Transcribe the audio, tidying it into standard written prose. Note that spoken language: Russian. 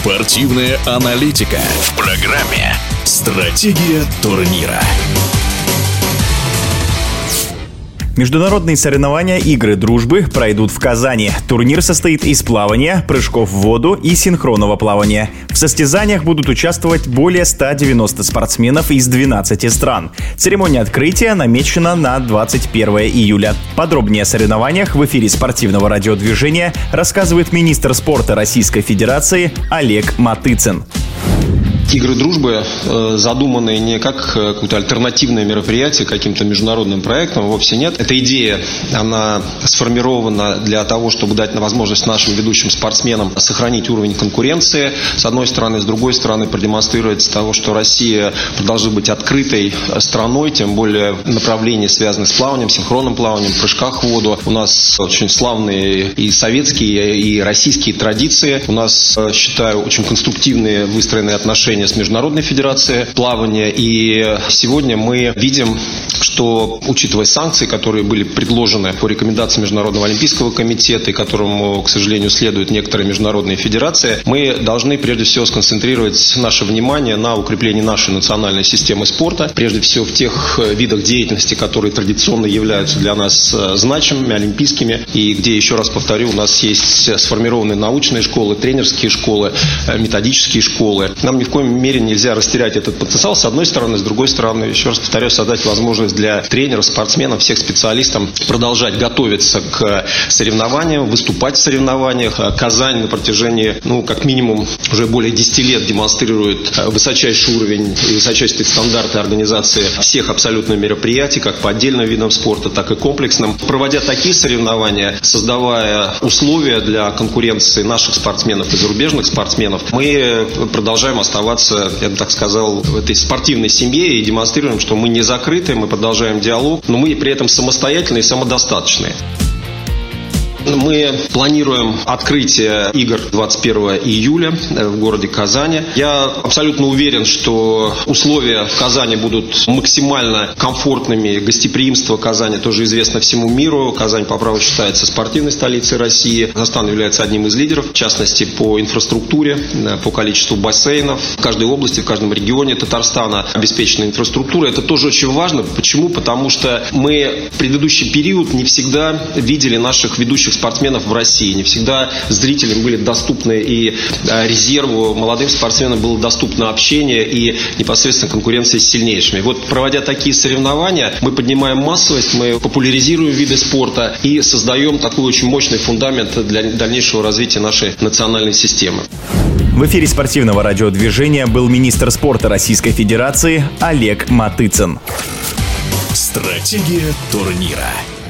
Спортивная аналитика в программе «Стратегия турнира». Международные соревнования «Игры дружбы» пройдут в Казани. Турнир состоит из плавания, прыжков в воду и синхронного плавания. В состязаниях будут участвовать более 190 спортсменов из 12 стран. Церемония открытия намечена на 21 июля. Подробнее о соревнованиях в эфире спортивного радиодвижения рассказывает министр спорта Российской Федерации Олег Матыцин. Игры дружбы задуманы не как какое-то альтернативное мероприятие каким-то международным проектам, вовсе нет. Эта идея, она сформирована для того, чтобы дать возможность нашим ведущим спортсменам сохранить уровень конкуренции, с одной стороны, с другой стороны, продемонстрировать того, что Россия продолжит быть открытой страной, тем более направления, связанные с плаванием, синхронным плаванием, прыжках в воду. У нас очень славные и советские, и российские традиции. У нас, считаю, очень конструктивные выстроенные отношения с Международной федерацией плавания. И сегодня мы видим, что, учитывая санкции, которые были предложены по рекомендации Международного олимпийского комитета, и которому, к сожалению, следуют некоторые международные федерации, мы должны прежде всего сконцентрировать наше внимание на укреплении нашей национальной системы спорта, прежде всего в тех видах деятельности, которые традиционно являются для нас значимыми, олимпийскими, и где, еще раз повторю, у нас есть сформированные научные школы, тренерские школы, методические школы. Нам ни в коем мере нельзя растерять этот потенциал, с одной стороны, с другой стороны, еще раз повторяю, создать возможность для тренеров, спортсменов, всех специалистов продолжать готовиться к соревнованиям, выступать в соревнованиях. Казань на протяжении, как минимум, уже более 10 лет демонстрирует высочайший уровень и высочайшие стандарты организации всех абсолютно мероприятий, как по отдельным видам спорта, так и комплексным. Проводя такие соревнования, создавая условия для конкуренции наших спортсменов и зарубежных спортсменов, мы продолжаем оставаться, я бы так сказал, в этой спортивной семье и демонстрируем, что мы не закрыты, мы продолжаем диалог, но мы при этом самостоятельные и самодостаточные. Мы планируем открытие игр 21 июля в городе Казани. Я абсолютно уверен, что условия в Казани будут максимально комфортными. Гостеприимство Казани тоже известно всему миру. Казань по праву считается спортивной столицей России. Казахстан является одним из лидеров, в частности, по инфраструктуре, по количеству бассейнов. В каждой области, в каждом регионе Татарстана обеспечена инфраструктура. Это тоже очень важно. Почему? Потому что мы в предыдущий период не всегда видели наших ведущих спортсменов в России. Не всегда зрителям были доступны и резерву молодым спортсменам было доступно общение и непосредственно конкуренция с сильнейшими. Вот проводя такие соревнования, мы поднимаем массовость, мы популяризируем виды спорта и создаем такой очень мощный фундамент для дальнейшего развития нашей национальной системы. В эфире спортивного радиодвижения был министр спорта Российской Федерации Олег Матыцин. Стратегия турнира.